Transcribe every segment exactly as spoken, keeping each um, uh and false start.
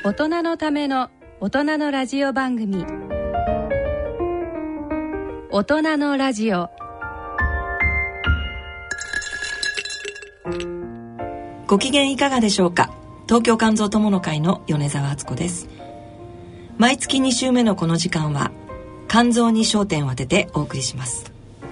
大人のための大人のラジオ番組、大人のラジオ。 ご機嫌いかがでしょうか。東京肝臓友の会の米澤敦子です。毎月に週目のこの時間は肝臓に焦点を当ててお送りします。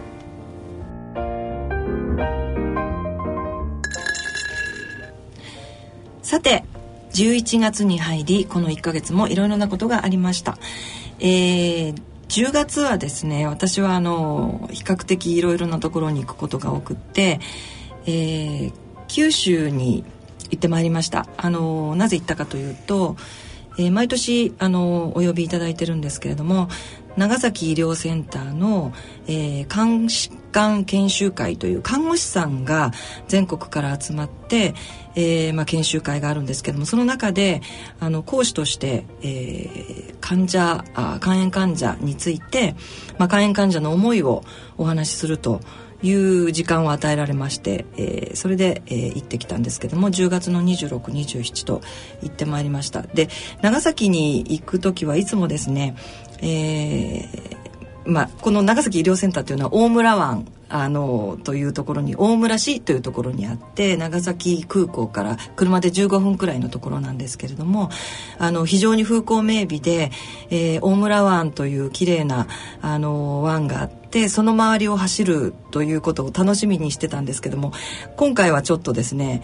さて、じゅういちがつに入り、このいっかげつもいろいろなことがありました。えー、じゅうがつはですね、私はあの比較的いろいろなところに行くことが多くって、えー、九州に行ってまいりました。あのなぜ行ったかというと、えー、毎年あのお呼びいただいてるんですけれども、長崎医療センターの、えー、肝疾患研修会という看護師さんが全国から集まって、えーまあ、研修会があるんですけども、その中であの講師として、えー、患者あ肝炎患者について、まあ、肝炎患者の思いをお話しするという時間を与えられまして、えー、それで、えー、行ってきたんですけども、じゅうがつのにじゅうろく、にじゅうしちと行ってまいりました。で、長崎に行くときはいつもですね、えーまあ、この長崎医療センターというのは大村湾あのというところに、大村市というところにあって、長崎空港から車でじゅうごふんくらいのところなんですけれども、あの非常に風光明媚で、えー、大村湾という綺麗なあの湾があって、その周りを走るということを楽しみにしてたんですけども、今回はちょっとですね、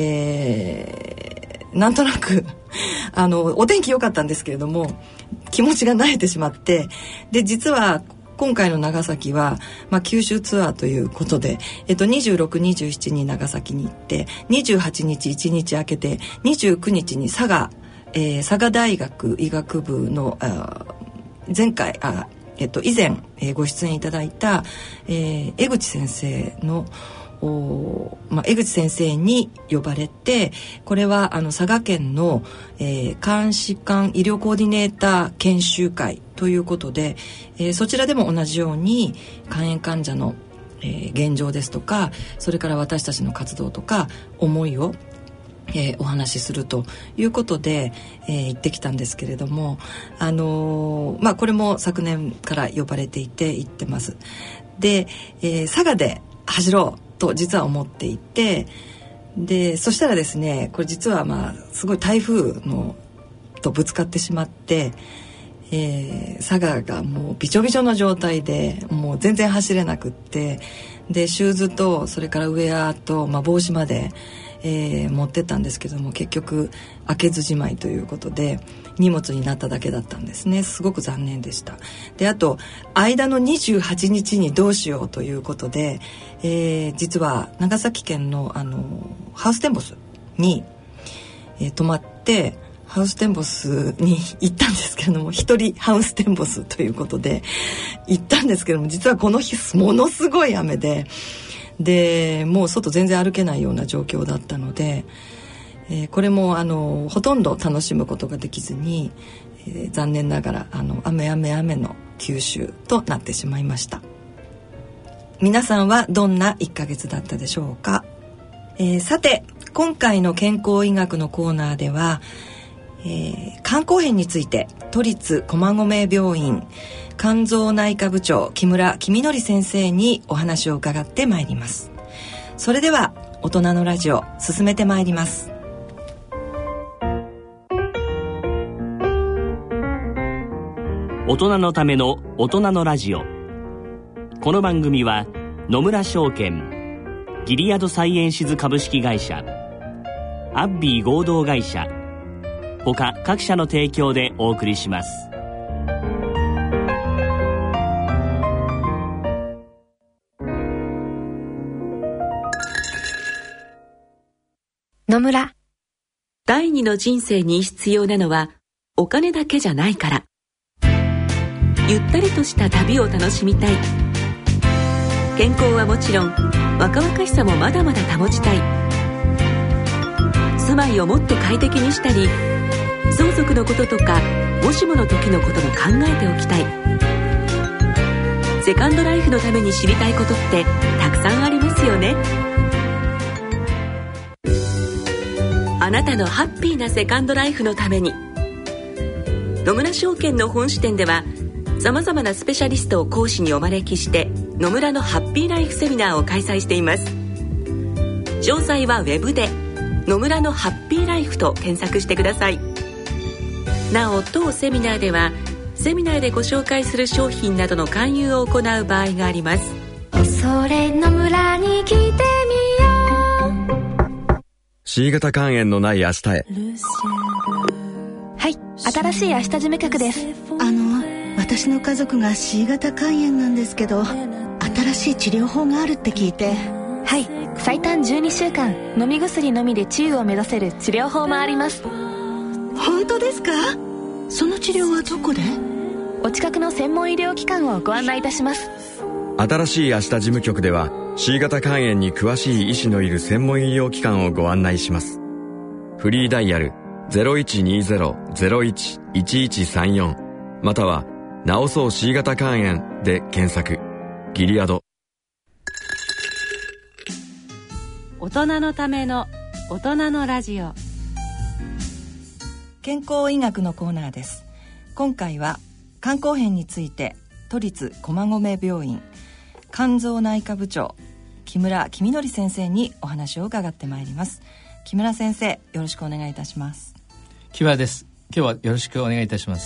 えー、なんとなくあのお天気良かったんですけれども、気持ちが慣れてしまって、で実は今回の長崎は、まあ、九州ツアーということで、えっと、にじゅうろく、にじゅうしちに長崎に行って、にじゅうはちにちいちにち空けて、にじゅうくにちに佐賀、えー、佐賀大学医学部のあ前回あ、えっと、以前、えー、ご出演いただいた、えー、江口先生のおまあ、江口先生に呼ばれて、これはあの佐賀県の、えー、肝疾患医療コーディネーター研修会ということで、えー、そちらでも同じように肝炎患者の、えー、現状ですとか、それから私たちの活動とか思いを、えー、お話しするということで、えー、行ってきたんですけれども、あのーまあ、これも昨年から呼ばれていて行ってます。で、えー、佐賀で走ろうと実は思っていて、でそしたらですね、これ実はまあすごい台風のとぶつかってしまって、えー、佐賀がもうびちょびちょの状態で、もう全然走れなくって、でシューズとそれからウェアと、まあ、帽子まで、えー、持ってったんですけども、結局開けずじまいということで荷物になっただけだったんですね。すごく残念でした。であと間のにじゅうはちにちにどうしようということで、えー、実は長崎県の、あのハウステンボスに、えー、泊まってハウステンボスに行ったんですけれども、一人ハウステンボスということで行ったんですけども、実はこの日ものすごい雨で、でもう外全然歩けないような状況だったので、えー、これもあのほとんど楽しむことができずに、えー、残念ながらあの雨雨雨の九州となってしまいました。皆さんはどんないっかげつだったでしょうか。えー、さて、今回の健康医学のコーナーでは、えー、肝硬変について都立駒込病院肝臓内科部長木村公則先生にお話を伺ってまいります。それでは大人のラジオ進めてまいります。 大人のための大人のラジオ。この番組は野村証券、ギリアドサイエンシズ株式会社、アッビー合同会社他各社の提供でお送りします。 野村、第二の人生に必要なのはお金だけじゃないから。ゆったりとした旅を楽しみたい。健康はもちろん若々しさもまだまだ保ちたい。住まいをもっと快適にしたり、相続のこととかもしもの時のことも考えておきたい。セカンドライフのために知りたいことってたくさんありますよね。あなたのハッピーなセカンドライフのために野村証券の本支店ではさまざまなスペシャリストを講師にお招きして野村のハッピーライフセミナーを開催しています。詳細はウェブで野村のハッピーライフと検索してください。なお当セミナーではセミナーでご紹介する商品などの勧誘を行う場合があります。 それの村に来てみよう。 C 型肝炎のない明日へ。 はい、新しい明日事務局です。 あの私の家族が C 型肝炎なんですけど、新しい治療法があるって聞いて。 はい、最短じゅうにしゅうかん飲み薬のみで治癒を目指せる治療法もあります。 本当ですか？その治療はどこで？ お近くの専門医療機関をご案内いたします。 新しい明日事務局では C 型肝炎に詳しい医師のいる専門医療機関をご案内します。フリーダイヤル ゼロいちにゼロ ゼロいち いちいちさんよん または治そう C 型肝炎で検索。ギリアド。 大人のための大人のラジオ。 健康医学のコーナーです。今回は肝硬変について都立駒込病院肝臓内科部長木村公則先生にお話を伺ってまいります。木村先生、よろしくお願いいたします。 木村です。今日はよろしくお願いいたします。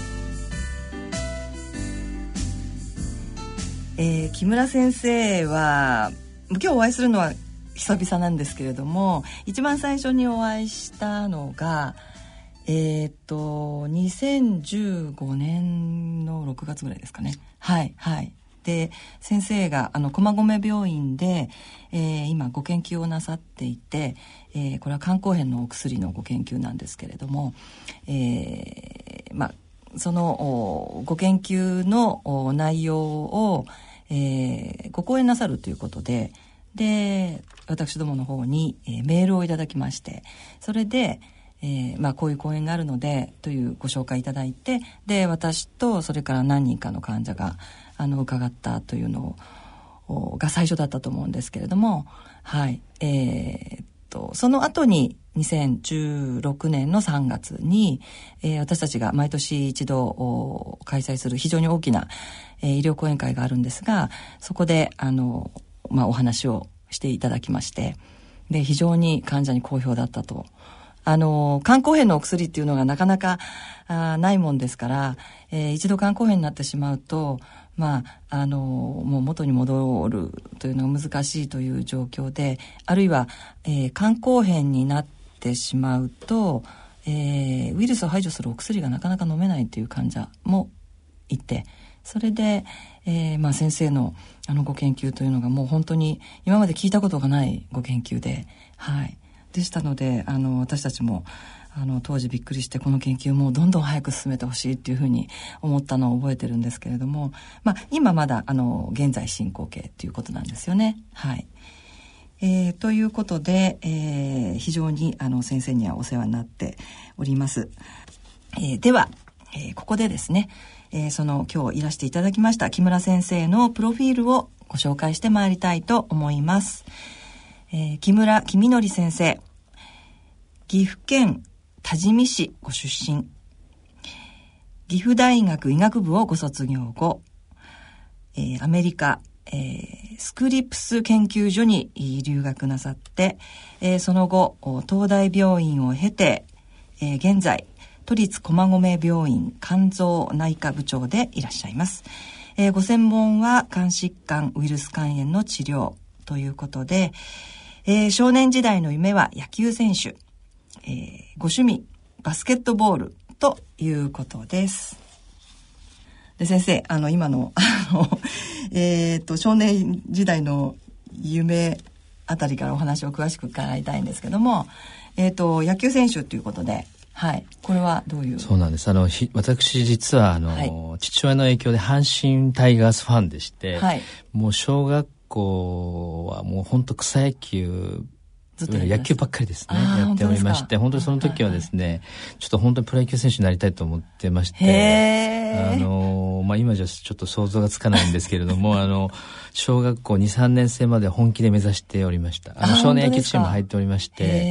えー、木村先生は今日お会いするのは久々なんですけれども、一番最初にお会いしたのがえー、っとにせんじゅうごねんのろくがつぐらいですかね。はいはい。で先生があの駒込病院で、えー、今ご研究をなさっていて、えー、これは肝硬変のお薬のご研究なんですけれども、えー、まあそのご研究の内容を、えー、ご講演なさるということで、で私どもの方に、えー、メールをいただきまして、それでえーまあ、こういう講演があるのでというご紹介いただいて、で私とそれから何人かの患者があの伺ったというのをが最初だったと思うんですけれども、はい、えー、っとその後ににせんじゅうろくねんのさんがつに、えー、私たちが毎年一度開催する非常に大きな、えー、医療講演会があるんですが、そこであの、まあ、お話をしていただきまして、で非常に患者に好評だったと。あの肝硬変のお薬っていうのがなかなかあないもんですから、えー、一度肝硬変になってしまうと、まああのもう元に戻るというのが難しいという状況で、あるいは、えー、肝硬変になってしまうと、えー、ウイルスを排除するお薬がなかなか飲めないという患者もいて、それで、えーまあ、先生のあのご研究というのがもう本当に今まで聞いたことがないご研究で、はいでしたので、あの私たちもあの当時びっくりして、この研究もどんどん早く進めてほしいっていうふうに思ったのを覚えてるんですけれども、まあ、今まだあの現在進行形っていうことなんですよね。はい、えー、ということで、えー、非常にあの先生にはお世話になっております。えー、では、えー、ここでですね、えー、その今日いらしていただきました木村先生のプロフィールをご紹介してまいりたいと思います。えー、木村公則先生、岐阜県多治見市ご出身、岐阜大学医学部をご卒業後、えー、アメリカ、えー、スクリプス研究所に留学なさって、えー、その後東大病院を経て、えー、現在都立駒込病院肝臓内科部長でいらっしゃいます。えー、ご専門は肝疾患ウイルス肝炎の治療ということで、えー、少年時代の夢は野球選手、えー、ご趣味バスケットボールということです。で先生、あの今のあの、えー、と少年時代の夢あたりからお話を詳しく伺いたいんですけども、えー、と野球選手ということで、はい、これはどういう？ そうなんです。あの私実はあの、はい、父親の影響で阪神タイガースファンでして、はい、もう小学校はもう本当草野球野球ばっかりですねやっておりまして、本当にその時はですね、はいはい、ちょっと本当にプロ野球選手になりたいと思ってまして、あの、まあ、今じゃちょっと想像がつかないんですけれどもあの小学校に、さんねん生まで本気で目指しておりました。あの少年野球チーム入っておりまして、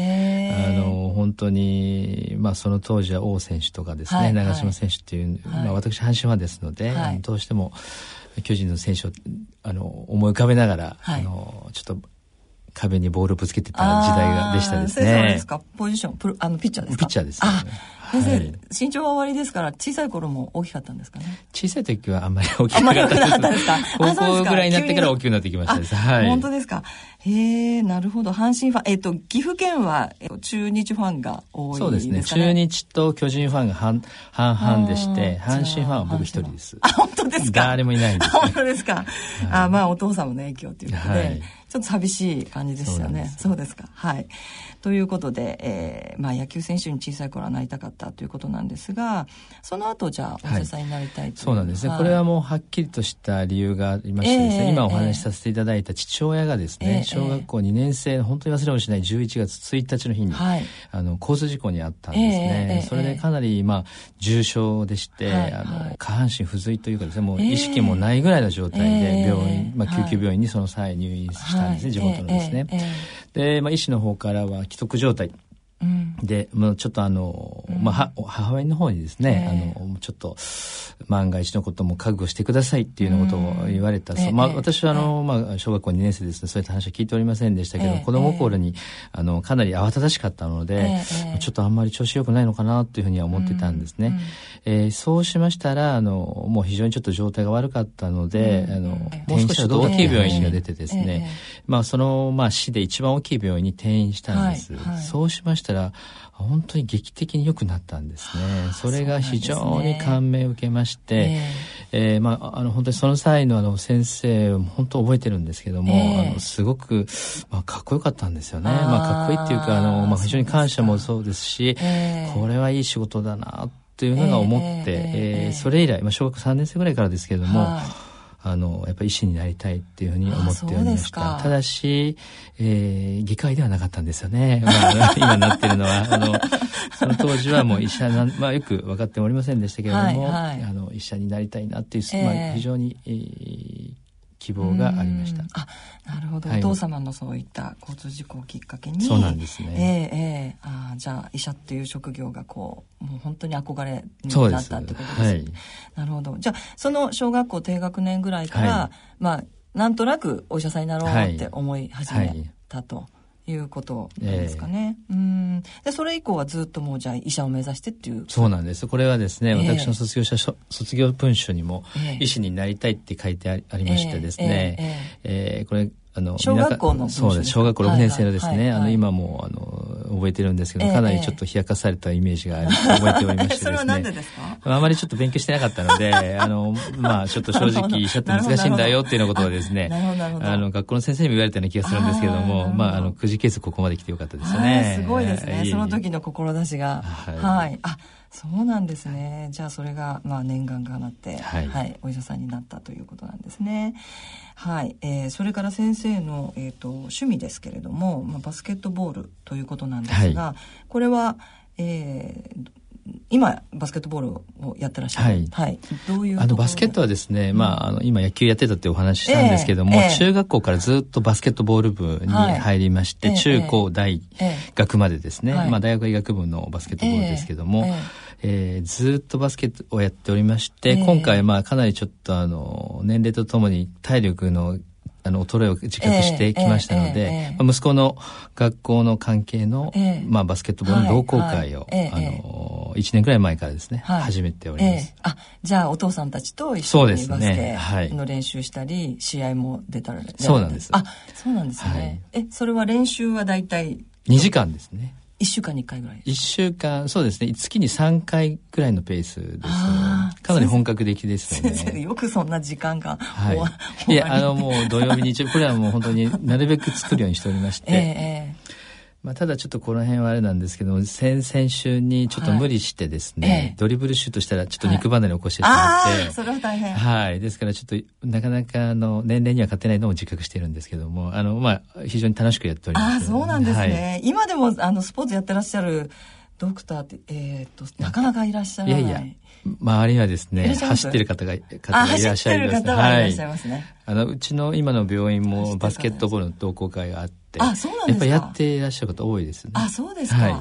あの本当に、まあ、その当時は王選手とかですね、はい、長嶋選手っていう、はい、まあ、私阪神ファンですので、はい、どうしても巨人の選手をあの思い浮かべながら、はい、あのちょっと壁にボールをぶつけてた時代がでしたですね。 そうですか。ポジションプロあのピッチャーですか。 ピッチャーです、ね。あ、 先生、はい、身長は終わりですから小さい頃も大きかったんですかね。 小さい時はあんまり大きくなかったです。高校ぐらいになってから大きくなってきましたです。はい。 本当ですか。へえ、なるほど。阪神ファン、えっと岐阜県は中日ファンが多いですかね。そうですね。 中日と巨人ファンが半半々でして、阪神ファンは僕一人です。 あ、本当ですか。 誰もいないんです、ね。 本当ですか。はい、あ、まあお父様の影響ということで、はい、ちょっと寂しい感じでしたよね。そうですか。はい。ということで、えー、まあ野球選手に小さい頃はなりたかったということなんですが、その後じゃあお医者さんになりたいという、はい、 そうなんですね、はい、これはもうはっきりとした理由がありましてですね、えー、今お話しさせていただいた父親がですね、えー、小学校にねん生、本当に忘れもしないじゅういちがつついたちの日に、はい、あの交通事故に遭ったんですね、えー、それでかなり、まあ、重傷でして、はい、あの下半身不随というかですね、もう意識もないぐらいの状態で病院、えーまあ、救急病院にその際入院したんですね、はい、地元のですね、えーえー、で、まあ、医師の方からは危篤状態うん、で、もうちょっとあの、うん、まあ、母親の方にですね、えー、あの、ちょっと、万が一のことも覚悟してくださいっていうようなことを言われた。うん、まあ、えー、私はあの、えー、まあ、小学校にねん生ですね、そういった話は聞いておりませんでしたけど、えー、子供頃に、あの、かなり慌ただしかったので、えー、ちょっとあんまり調子良くないのかなというふうには思ってたんですね。うんえー、そうしましたら、あの、もう非常にちょっと状態が悪かったので、うん、あの、転院した大きい病院が出てですね、えー、まあ、その、まあ、市で一番大きい病院に転院したんです。はいはい、そうしましたら、本当に劇的に良くなったんですね。それが非常に感銘を受けまして、えーえー、まあ、あの本当にその際のあの先生本当覚えてるんですけども、えー、あのすごく、まあ、かっこよかったんですよね。まあ、かっこいいっていうかあの、まあ、非常に感謝もそうですし、えー、これはいい仕事だなというのが思って、えーえー、それ以来、まあ、小学さんねん生ぐらいからですけれども、あのやっぱり医師になりたいっていうふうに思っておりました。ただし、えー、外科医ではなかったんですよね。まあ、今なってるのはあのその当時はもう医者なん、まあ、よく分かっておりませんでしたけれども、はいはい、あの医者になりたいなっていう、えーまあ、非常に、えー、希望がありました。 あ、なるほど、はい、お父様のそういった交通事故をきっかけに、 そうなんですね。 えーえー、あ、じゃあ医者っていう職業がこうもう本当に憧れになったってことですね。はい、なるほど。じゃあその小学校低学年ぐらいから、はい、まあなんとなくお医者さんになろうって思い始めたと。はいはいいうことなんですかね、えー、うんでそれ以降はずっともうじゃあ医者を目指してっていう。 そうなんです。これはですね、えー、私の卒業者卒業文書にも、えー、医師になりたいって書いてありましてですね、えーえーえー、これあの小学校のそうです小学校ろくねん生のですね、はいはいはい、あの今もあの覚えてるんですけど、かなりちょっと冷やかされたイメージがあり、えー、覚えておりましてですね。それはなんでですか？ あまりちょっと勉強してなかったのであのまあちょっと正直医者って難しいんだよっていうようなことをですねあの学校の先生にも言われたような気がするんですけれども、あまああのくじけずここまで来てよかったですよね。 すごいですね、その時の志が。はい、はい、あそうなんですね。じゃあそれがまあ念願がなって、はいはい、お医者さんになったということなんですね。はい、えー、それから先生の、えーと、趣味ですけれども、まあ、バスケットボールということなんですが、はい、これは、えー、今バスケットボールをやってらっしゃる、はいはい、どういうあのバスケットはですね、うん、まあ、あの今野球やってたってお話したんですけども、えーえー、中学校からずっとバスケットボール部に入りまして、はい、中高大学までですね、えーえーまあ、大学医学部のバスケットボールですけども、えーえーえー、ずっとバスケットをやっておりまして、えー、今回まあかなりちょっとあの年齢とともに体力のあの衰えを自覚してきましたので、えーえーえー、息子の学校の関係の、えーまあ、バスケットボールの同好会を、はいはい、あのいちねんくらい前からですね、はい、始めております、 えー、あじゃあお父さんたちと一緒にバスケの練習したり、はい、試合も出たらそうなんです。 あそうなんですね、はい、えそれは練習はだいたいにじかんですね。 いっしゅうかんにいっかいぐらい。 いっしゅうかん、そうですね。月にさんかいくらいのペースです、ね。かなり本格的ですよね。 先生よくそんな時間が、 はい。いや、あのもう土曜日日曜日、これはもう本当になるべく作るようにしておりまして。えーまあ、ただちょっとこの辺はあれなんですけども、先々週にちょっと無理してですね、はいええ、ドリブルシュートしたらちょっと肉離れを起こしてしまって、はい、 あそれは大変。 はい。ですからちょっとなかなかあの年齢には勝てないのも自覚しているんですけども、あのまあ非常に楽しくやっております。 あそうなんですね。はい、今でもあのスポーツやってらっしゃるドクターってえー、っとなかなかいらっしゃらない。いやいや。 周りはですね走ってる方が方がいらっしゃいます。 走ってる方がいらっしゃいますね。 はい、あのうちの今の病院もバスケットボールの同好会があって。 、 あ、そうなんですか。 やっぱりやっていらっしゃる方多いですね。 あ、そうですか。はい、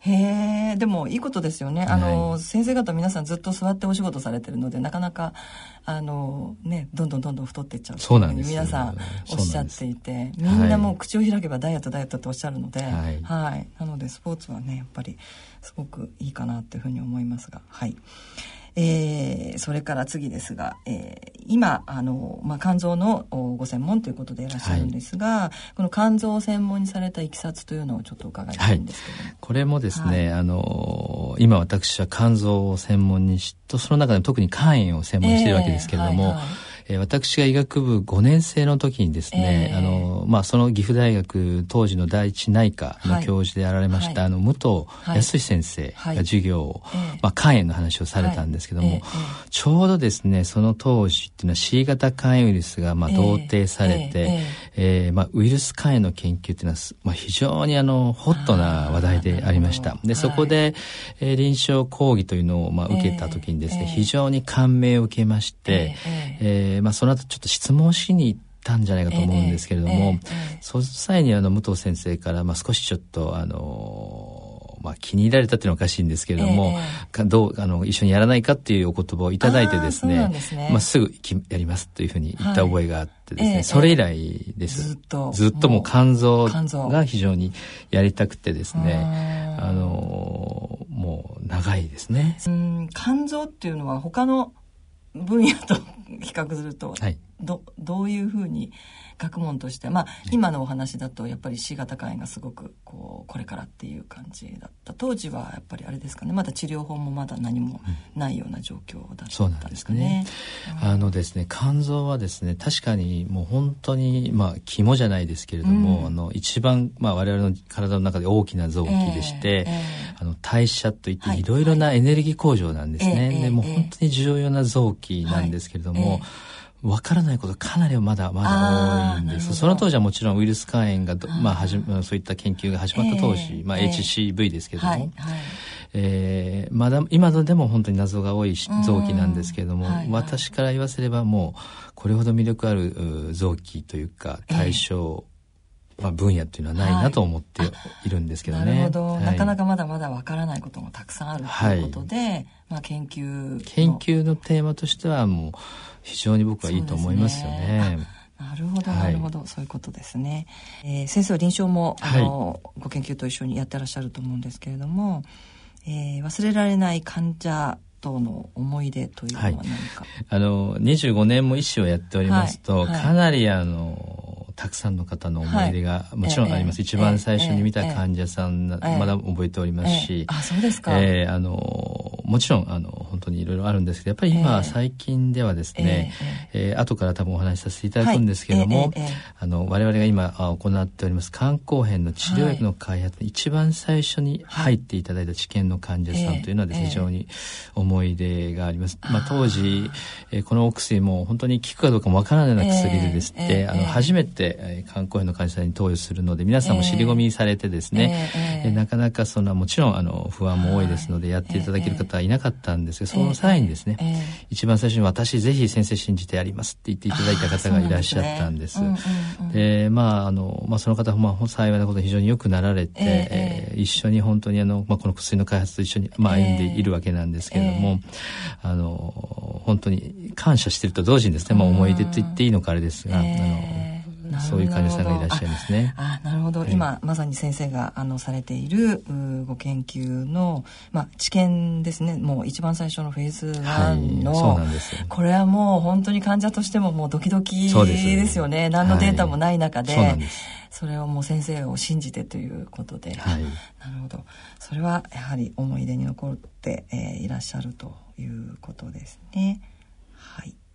へえ、でもいいことですよね。あの、はい、先生方皆さんずっと座ってお仕事されてるので、なかなかあのね、どんどんどんどん太っていっちゃうっていうふうに皆さんおっしゃっていて、みんなもう口を開けばダイエットダイエットっておっしゃるので、はい、はい、なのでスポーツはねやっぱりすごくいいかなっていうふうに思いますが、はい。えー、それから次ですが、えー、今あの、まあ、肝臓のご専門ということでいらっしゃるんですが、はい、この肝臓を専門にされたいきさつというのをちょっと伺いたいんですけども、はい、 これもですね、はい、あの今私は肝臓を専門にしとその中でも特に肝炎を専門にしているわけですけれども、えーはいはい、えー、私が医学部ごねん生の時にですね、えー、あのまあ、その岐阜大学当時の第一内科の教授でやられました、はい、あの武藤康先生が授業を、はいはい、まあ、肝炎の話をされたんですけども、はい、ちょうどですねその当時っていうのは C 型肝炎ウイルスがまあ同定されて、えーえーえーまあ、ウイルス肝炎の研究っていうのは、まあ、非常にあのホットな話題でありました。でそこで、えー、臨床講義というのをまあ受けた時にですね、えー、非常に感銘を受けまして、えーえーまあ、その後ちょっと質問しに行ったんじゃないかと思うんですけれども、えーえーえー、その際にあの武藤先生から、まあ、少しちょっとあのーまあ、気に入られたっていうのはおかしいんですけれども、えー、どうあの一緒にやらないかっていうお言葉をいただいてですね、すねまあ、すぐやりますというふうに言った覚えがあってですね、はい、それ以来です、えー、ずっとずっともう肝臓が非常にやりたくてですね、あのー、もう長いですね。 うん、肝臓っていうのは他の分野と比較すると、はい、ど, どういうふうに学問として、まあ、今のお話だとやっぱり C 型肝炎がすごくこうこれからっていう感じだった。当時はやっぱりあれですかね、まだ治療法もまだ何もないような状況だったんですかね。 そうなんですね。あのですね、肝臓はですね確かにもう本当にまあ肝じゃないですけれども、うん、あの一番まあ我々の体の中で大きな臓器でして、えーえー、あの代謝といっていろいろなエネルギー工場なんですね、はいはい、でもう本当に重要な臓器なんですけれども、はいえーわからないことかなりまだまだ多いんです。その当時はもちろんウイルス肝炎がまあはじそういった研究が始まった当時、えー、まあ エイチシーブイ ですけれども、はいはいえー、まだ今でも本当に謎が多い臓器なんですけれども、はいはい、私から言わせればもうこれほど魅力ある臓器というか対象、えーまあ、分野っていうのはないなと思っているんですけどね。 なるほど、はい、なかなかまだまだわからないこともたくさんあるということで、はいまあ、研究研究のテーマとしてはもう非常に僕はいいと思いますよね。 なるほどなるほど、はい、そういうことですね。えー、先生は臨床もあの、はい、ご研究と一緒にやってらっしゃると思うんですけれども、えー、忘れられない患者との思い出というのは何か、はい、 あのにじゅうごねんも医師をやっておりますと、はいはい、かなりあのたくさんの方の思い出がもちろんあります、はい、一番最初に見た患者さん、えーえー、まだ覚えておりますし、 えー、あそうですか、 えー、あのもちろんあの本当にいろいろあるんですけどやっぱり今、えー、最近ではですね、えーえー、後から多分お話しさせていただくんですけれども、はいえーえー、あの我々が今行っております肝硬変の治療薬の開発に一番最初に入っていただいた治験の患者さんというのはですね、えー、非常に思い出があります。まあ、当時、えー、このお薬も本当に効くかどうかもわからないような薬でですね、えー、あの初めて肝硬変の患者さんに投与するので皆さんも尻込みされてですね、えーえー、なかなかそんなもちろんあの不安も多いですのでやっていただける方はいなかったんですが、その際にですね、えーえー、一番最初に私ぜひ先生信じてやりますって言っていただいた方がいらっしゃったんです。で、まああのまあその方も、まあ、幸いなことに非常によくなられて、えーえー、一緒に本当にあの、まあ、この薬の開発と一緒に、まあ、歩んでいるわけなんですけれども、えー、あの本当に感謝していると同時にですね、まあ、思い出と言っていいのかあれですが、えーあのそういう患者さんがいらっしゃいますね。 ああなるほど、はい、今まさに先生があのされているご研究の、まあ、治験ですね。もう一番最初のフェーズワンの、はい、そうなんですよ。これはもう本当に患者としてももうドキドキですよね。何のデータもない中で、はい、そうなんです。それをもう先生を信じてということで、はい、なるほど。それはやはり思い出に残って、えー、いらっしゃるということですね。はい。